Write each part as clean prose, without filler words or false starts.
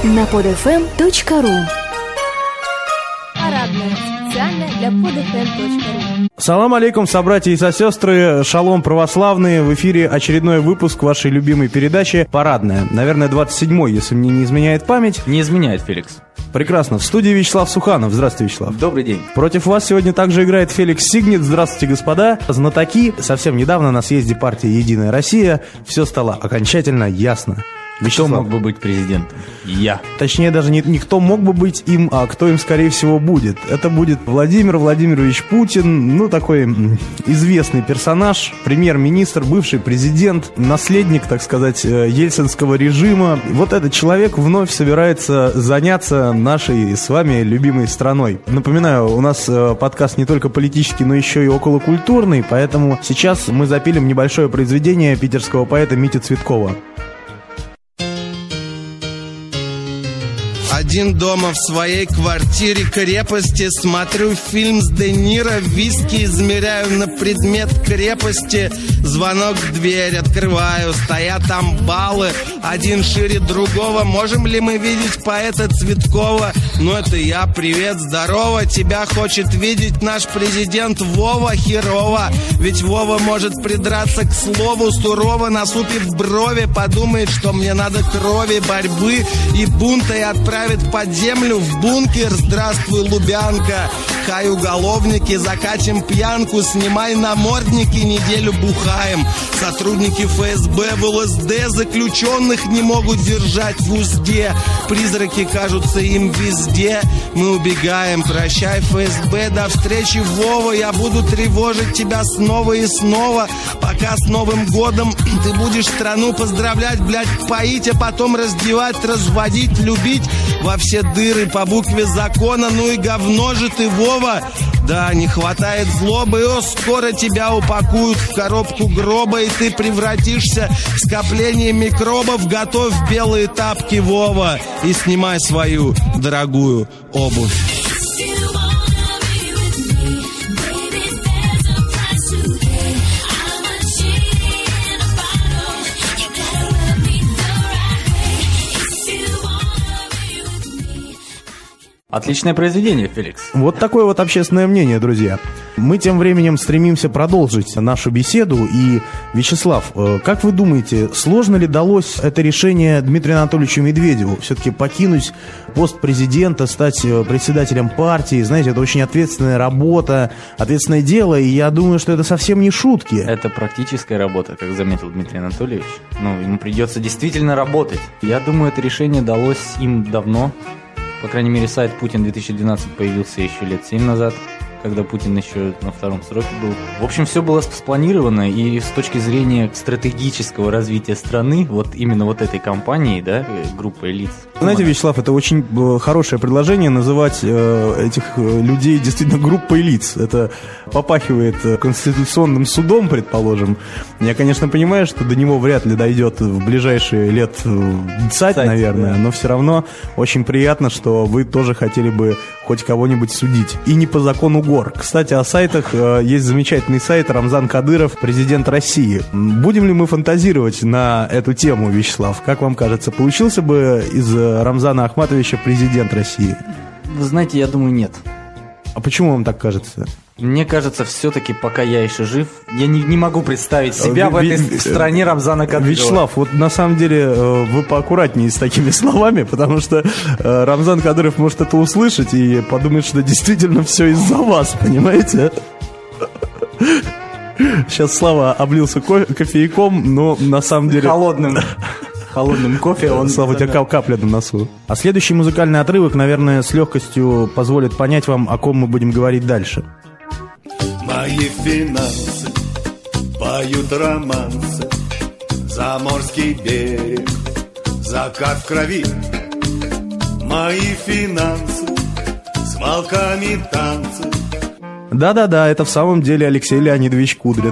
на podfm.ru. Парадная, специально для podfm.ru. Салам алейкум, собратья и сосестры, шалом православные. В эфире очередной выпуск вашей любимой передачи «Парадная». Наверное, 27-й, если мне не изменяет память. Не изменяет, Феликс. Прекрасно. В студии Вячеслав Суханов. Здравствуйте, Вячеслав. Добрый день. Против вас сегодня также играет Феликс Сигнет. Здравствуйте, господа. Знатоки. Совсем недавно на съезде партии «Единая Россия» все стало окончательно ясно. Кто мог бы быть президентом? Я. Точнее, даже не кто мог бы быть им, а кто им, скорее всего, будет. Это будет Владимир Владимирович Путин, ну, такой известный персонаж, премьер-министр, бывший президент, наследник, так сказать, ельцинского режима. Вот этот человек вновь собирается заняться нашей с вами любимой страной. Напоминаю, у нас подкаст не только политический, но еще и околокультурный, поэтому сейчас мы запилим небольшое произведение питерского поэта Мити Цветкова. Один дома в своей квартире крепости смотрю фильм с Де Ниро, виски измеряю на предмет крепости. Звонок в дверь, открываю, стоят там баллы, один шире другого. Можем ли мы видеть поэта Цветкова? Ну это я, привет, здорово. Тебя хочет видеть наш президент Вова херово. Ведь Вова может придраться к слову сурово, насупив брови, подумает, что мне надо крови, борьбы и бунта, и отправить под землю в бункер. Здравствуй, Лубянка. Хай, уголовники, закатим пьянку, снимай намордники, неделю бухаем. Сотрудники ФСБ в ЛСД заключенных не могут держать в узде. Призраки кажутся им везде. Мы убегаем, прощай, ФСБ, до встречи, Вова. Я буду тревожить тебя снова и снова, пока с Новым годом ты будешь страну поздравлять, блядь, поить, а потом раздевать, разводить, любить во все дыры по букве закона. Ну и говно же ты, Вова. Да, не хватает злобы. О, скоро тебя упакуют в коробку гроба, и ты превратишься в скопление микробов. Готовь белые тапки, Вова, и снимай свою дорогую обувь. Отличное произведение, Феликс. Вот такое вот общественное мнение, друзья. Мы тем временем стремимся продолжить нашу беседу. И, Вячеслав, как вы думаете, сложно ли далось это решение Дмитрию Анатольевичу Медведеву? Все-таки покинуть пост президента, стать председателем партии. Знаете, это очень ответственная работа, ответственное дело. И я думаю, что это совсем не шутки. Это практическая работа, как заметил Дмитрий Анатольевич. Ну, ему придется действительно работать. Я думаю, это решение далось им давно. По крайней мере, сайт Путин 2012 появился еще лет 7 назад, когда Путин еще на втором сроке был. В общем, все было спланировано, и с точки зрения стратегического развития страны, вот именно вот этой компании, да, группой лиц. Знаете, Вячеслав, это очень хорошее предложение называть этих людей действительно группой лиц. Это попахивает конституционным судом, предположим. Я, конечно, понимаю, что до него вряд ли дойдет в ближайшие лет 20, наверное, да. Но все равно очень приятно, что вы тоже хотели бы хоть кого-нибудь судить. И не по закону гор. Кстати, о сайтах. Есть замечательный сайт Рамзан Кадыров, президент России. Будем ли мы фантазировать на эту тему, Вячеслав? Как вам кажется, получился бы из Рамзана Ахматовича президент России? Вы знаете, я думаю, нет. А почему вам так кажется? Мне кажется, все-таки, пока я еще жив, я не могу представить себя в этой стране Рамзана Кадырова. Вячеслав, вот на самом деле вы поаккуратнее с такими словами, потому что Рамзан Кадыров может это услышать и подумать, что действительно все из-за вас, понимаете? Сейчас Слава облился кофейком, но на самом деле... Холодным кофе. Слава, у тебя капля на носу. А следующий музыкальный отрывок, наверное, с легкостью позволит понять вам, о ком мы будем говорить дальше. Мои финансы поют романсы, заморский берег, закат в крови. Мои финансы с волками танцы. Да-да-да, это в самом деле Алексей Леонидович Кудрин.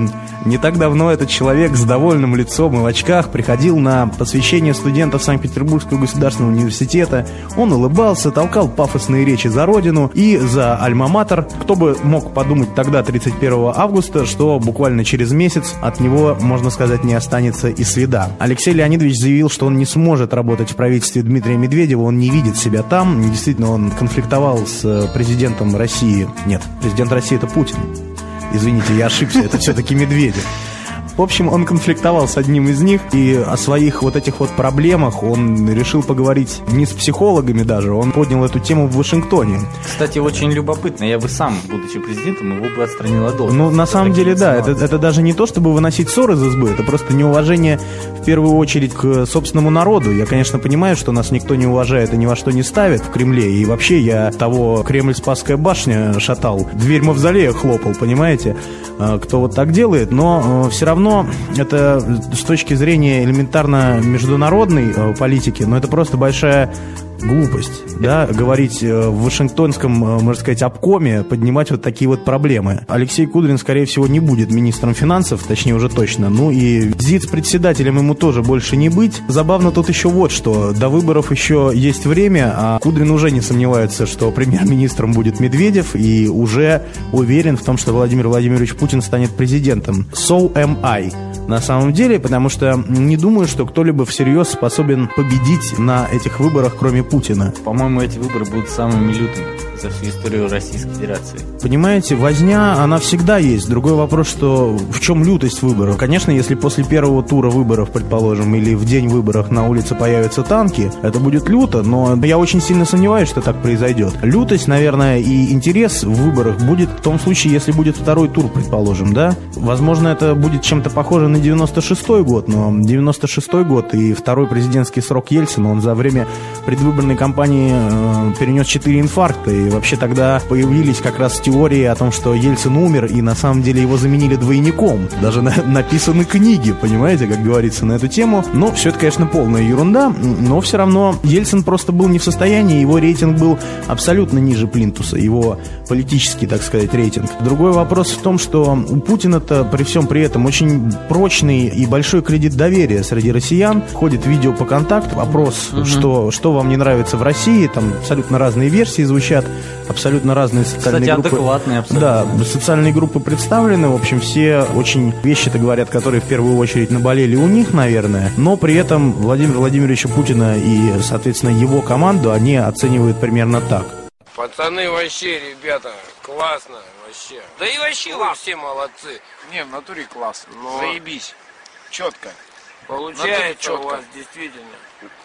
Не так давно этот человек с довольным лицом и в очках приходил на посвящение студентов Санкт-Петербургского государственного университета. Он улыбался, толкал пафосные речи за родину и за альма-матер. Кто бы мог подумать тогда, 31 августа, что буквально через месяц от него, можно сказать, не останется и следа. Алексей Леонидович заявил, что он не сможет работать в правительстве Дмитрия Медведева, он не видит себя там. Действительно, он конфликтовал с президентом России. Нет, президент России — это Путин. Извините, я ошибся, это все-таки Медведев. В общем, он конфликтовал с одним из них, и о своих вот этих вот проблемах он решил поговорить не с психологами даже, он поднял эту тему в Вашингтоне. Кстати, очень любопытно, я бы сам, будучи президентом, его бы отстранил от должности. Ну, на самом деле, да, это даже не то, чтобы выносить ссоры из избы, это просто неуважение в первую очередь к собственному народу. Я, конечно, понимаю, что нас никто не уважает и ни во что не ставит в Кремле, и вообще я того Кремль-Спасская башня шатал, дверь мавзолея хлопал, понимаете, кто вот так делает, но все равно это с точки зрения элементарно международной политики, но это просто большая глупость, да, говорить в Вашингтонском, можно сказать, обкоме, поднимать вот такие вот проблемы. Алексей Кудрин, скорее всего, не будет министром финансов, точнее уже точно, ну и зиц-председателем ему тоже больше не быть. Забавно тут еще вот что, до выборов еще есть время, а Кудрин уже не сомневается, что премьер-министром будет Медведев и уже уверен в том, что Владимир Владимирович Путин станет президентом. So am I. На самом деле, потому что не думаю, что кто-либо всерьез способен победить на этих выборах, кроме Путина. По-моему, эти выборы будут самыми лютыми за всю историю Российской Федерации. Понимаете, возня, она всегда есть. Другой вопрос, что в чем лютость выборов? Конечно, если после первого тура выборов, предположим, или в день выборов на улице появятся танки, это будет люто, но я очень сильно сомневаюсь, что так произойдет. Лютость, наверное, и интерес в выборах будет в том случае, если будет второй тур, предположим, да? Возможно, это будет чем-то похоже на 96-й год, но 96-й год и второй президентский срок Ельцина, он за время предвыборной кампании перенес 4 инфаркта, и вообще тогда появились как раз теории о том, что Ельцин умер, и на самом деле его заменили двойником. Даже написаны книги, понимаете, как говорится, на эту тему. Но все это, конечно, полная ерунда, но все равно Ельцин просто был не в состоянии, его рейтинг был абсолютно ниже плинтуса, его политический, так сказать, рейтинг. Другой вопрос в том, что у Путина-то при всем при этом очень прочный и большой кредит доверия среди россиян. Ходит видео по контакту, опрос, что вам не нравится в России, там абсолютно разные версии звучат, абсолютно разные социальные группы. Адекватные абсолютно. Да, социальные группы представлены, в общем, все очень вещи-то говорят, которые в первую очередь наболели у них, наверное, но при этом Владимира Владимировича Путина и, соответственно, его команду они оценивают примерно так. Пацаны, вообще, ребята, классно, вообще. Да и вообще вы все молодцы. Не, в натуре классно. Но... Заебись. Четко. Получается у вас действительно.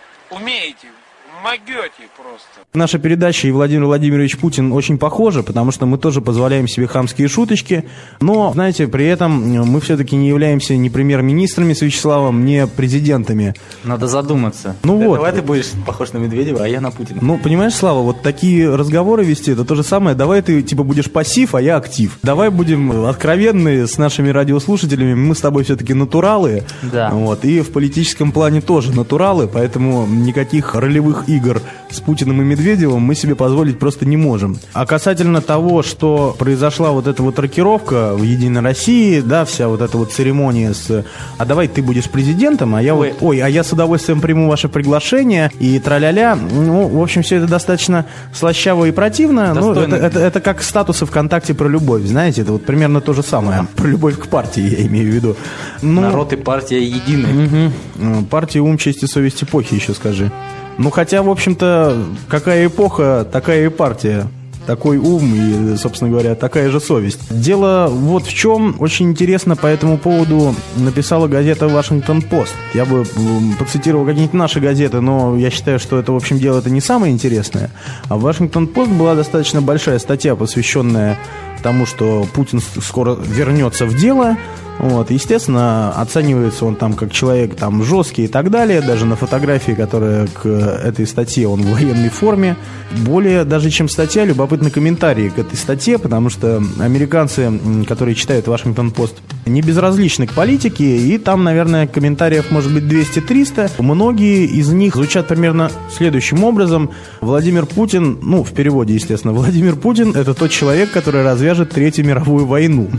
Умеете. Могете просто. Наша передача и Владимир Владимирович Путин очень похожи, потому что мы тоже позволяем себе хамские шуточки, но, знаете, при этом мы все-таки не являемся ни премьер-министрами с Вячеславом, ни президентами. Надо задуматься. Ну вот. Давай ты будешь похож на Медведева, а я на Путина. Ну, понимаешь, Слава, вот такие разговоры вести, это то же самое. Давай ты, типа, будешь пассив, а я актив. Давай будем откровенны с нашими радиослушателями. Мы с тобой все-таки натуралы. Да. Вот, и в политическом плане тоже натуралы, поэтому никаких ролевых игр с Путиным и Медведевым мы себе позволить просто не можем. А касательно того, что произошла вот эта вот рокировка в Единой России, да, вся вот эта вот церемония с «а давай ты будешь президентом, а я а я с удовольствием приму ваше приглашение» и тра-ля-ля, ну, в общем, все это достаточно слащаво и противно. Ну, это как статусы ВКонтакте про любовь, знаете, это вот примерно то же самое. Про любовь к партии, я имею в виду. Ну, народ и партия едины. Партия, ум, честь и совесть эпохи, еще скажи. Ну, хотя, в общем-то, какая эпоха, такая и партия. Такой ум и, собственно говоря, такая же совесть. Дело вот в чем. Очень интересно по этому поводу написала газета «Вашингтон-Пост». Я бы процитировал какие-нибудь наши газеты, но я считаю, что это, в общем, дело это не самое интересное. А в «Вашингтон-Пост» была достаточно большая статья, посвященная тому, что Путин скоро вернется в дело. Вот, естественно, оценивается он там как человек там жесткий и так далее. Даже на фотографии, которая к этой статье, он в военной форме. Более даже чем статья, любопытны комментарии к этой статье, потому что американцы, которые читают «Вашингтон-Пост», не безразличны к политике, и там, наверное, комментариев может быть 200-300. Многие из них звучат примерно следующим образом. Владимир Путин, ну, в переводе, естественно, Владимир Путин — это тот человек, который развяжет Третью мировую войну.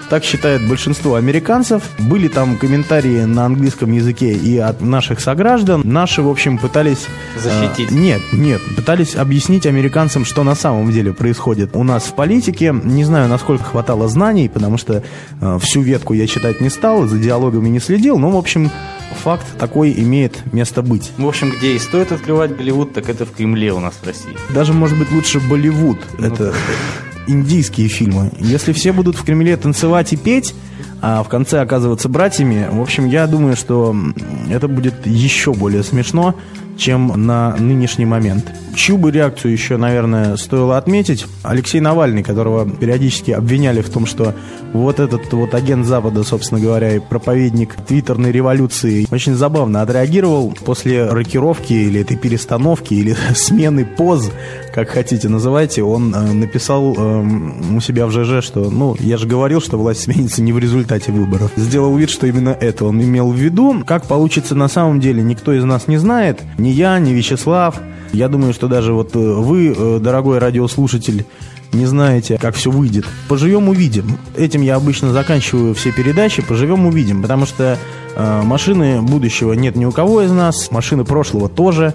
Так считает большинство американцев. Были там комментарии на английском языке и от наших сограждан. Наши, в общем, пытались... Защитить. Нет, пытались объяснить американцам, что на самом деле происходит у нас в политике. Не знаю, насколько хватало знаний, потому что всю ветку я читать не стал, за диалогами не следил, но, в общем, факт такой имеет место быть. В общем, где и стоит открывать Голливуд, так это в Кремле у нас в России. Даже, может быть, лучше Болливуд. Это индийские фильмы. Если все будут в Кремле танцевать и петь, а в конце оказываться братьями, в общем, я думаю, что это будет еще более смешно, чем на нынешний момент. Чью бы реакцию еще, наверное, стоило отметить? Алексей Навальный, которого периодически обвиняли в том, что вот этот вот агент Запада, собственно говоря, и проповедник твиттерной революции, очень забавно отреагировал после рокировки или этой перестановки, или смены поз, как хотите называйте. Он написал у себя в ЖЖ, что, я же говорил, что власть сменится не в результате выборов. Сделал вид, что именно это он имел в виду. Как получится на самом деле, никто из нас не знает. Ни я, ни Вячеслав. Я думаю, что даже вот вы, дорогой радиослушатель, не знаете, как все выйдет. Поживем, увидим. Этим я обычно заканчиваю все передачи. Поживем, увидим. Потому что машины будущего нет ни у кого из нас. Машины прошлого тоже.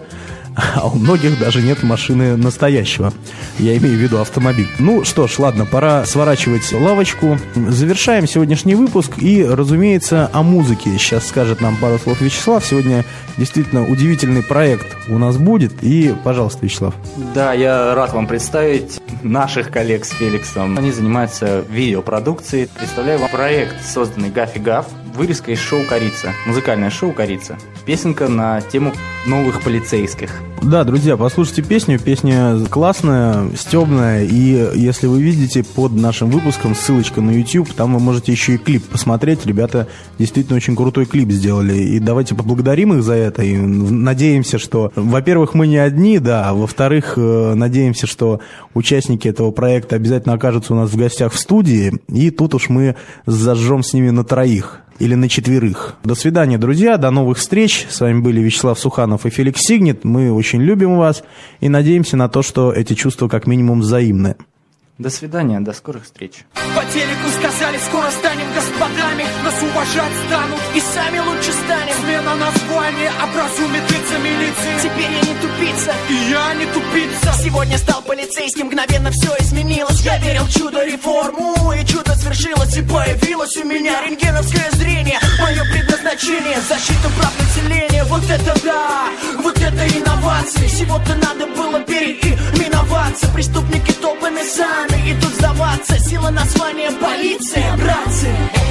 А у многих даже нет машины настоящего. Я имею в виду автомобиль. Ну что ж, ладно, пора сворачивать лавочку. Завершаем сегодняшний выпуск. И, разумеется, о музыке сейчас скажет нам пару слов Вячеслав. Сегодня действительно удивительный проект у нас будет. И, пожалуйста, Вячеслав. Да, я рад вам представить наших коллег с Феликсом. Они занимаются видеопродукцией. Представляю вам проект, созданный Гаффи Гаф. Вырезка из шоу «Корица». Музыкальное шоу «Корица». Песенка на тему новых полицейских. Да, друзья, послушайте песню. Песня классная, стебная. И если вы видите под нашим выпуском ссылочка на YouTube, там вы можете еще и клип посмотреть. Ребята действительно очень крутой клип сделали. И давайте поблагодарим их за это. И надеемся, что, во-первых, мы не одни, да. Во-вторых, надеемся, что участники этого проекта обязательно окажутся у нас в гостях в студии. И тут уж мы зажжем с ними на троих. Или на четверых. До свидания, друзья, до новых встреч. С вами были Вячеслав Суханов и Феликс Сигнет. Мы очень любим вас и надеемся на то, что эти чувства как минимум взаимны. До свидания, до скорых встреч. По телеку сказали, скоро станем господами. Нас уважать станут и сами лучше станем. Смена названия образумит лица милиции. Теперь я не тупица, и я не тупица. Сегодня стал полицейским, мгновенно все изменилось. Я верил в чудо-реформу, и чудо свершилось. И появилось у меня рентгеновское зрение. Мое предназначение — защита прав населения. Вот это да, вот это инновации. Всего-то надо было переименоваться. Преступники толпами сами идут сдаваться. Сила названия полиция, братцы.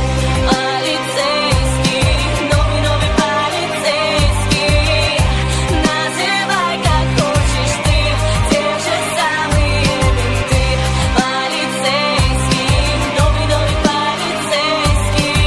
Полицейский, новый полицейский. Называй как хочешь ты, те же самые менты. Полицейский, новый полицейский.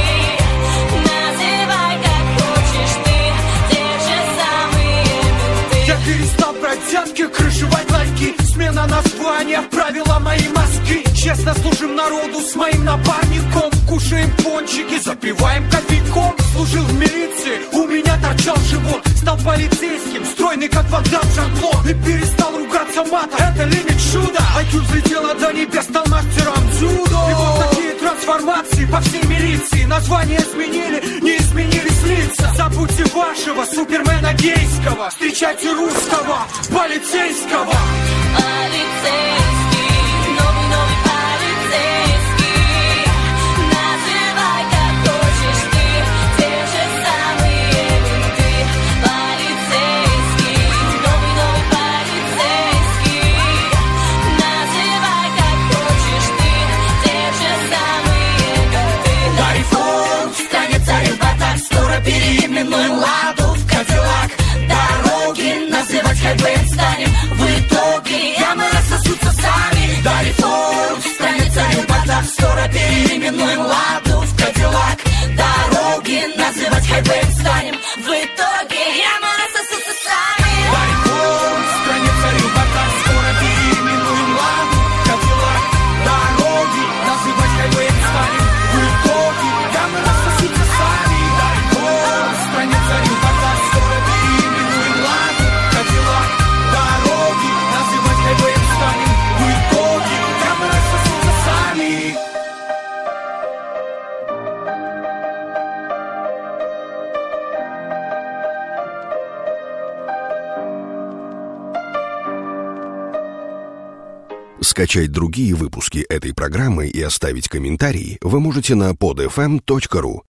Называй как хочешь ты, те же самые менты. Я перестал брать взятки, крышевать ларьки. Смена названия вправила мои мозги. Честно служим народу с моим напарником. Кушаем пончики, запиваем кофейком. Служил в милиции, у меня торчал живот. Стал полицейским, стройный как Ван Дам Жан-Клод. И перестал ругаться матом, это лимит чуда. IQ взлетело до небес, стал мастером дзюдо. И вот такие трансформации по всей милиции. Названия сменили, не изменились лица. Забудьте вашего супермена гейского. Встречайте русского, полицейского. Полицейский, новый полицейский. Называй как хочешь ты, те же самые менты. Полицейский, новый полицейский. Называй как хочешь ты, те же самые менты. Айфон станет царем батак, скоро переименуем Ладу в Кадиллак. Дороги называть хайвей станем. В итоге ямы рассосутся сами. Дари Форд станет царем батак, скоро переименуем Ладу в Кадиллак. Дороги называть хайвей станем. В итоге ямы рассосутся сами. Дари Форд станет царем батак, скоро переименуем Ладу в Кадиллак. Дороги называть хайвей станем. В итоге ямы рассосутся сами. Дари Форд станет царем батак, скоро переименуем Ладу в Кадиллак. Дороги называть хайвей станем. В итоге ямы рассосутся сами. Скачать другие выпуски этой программы и оставить комментарии вы можете на podfm.ru.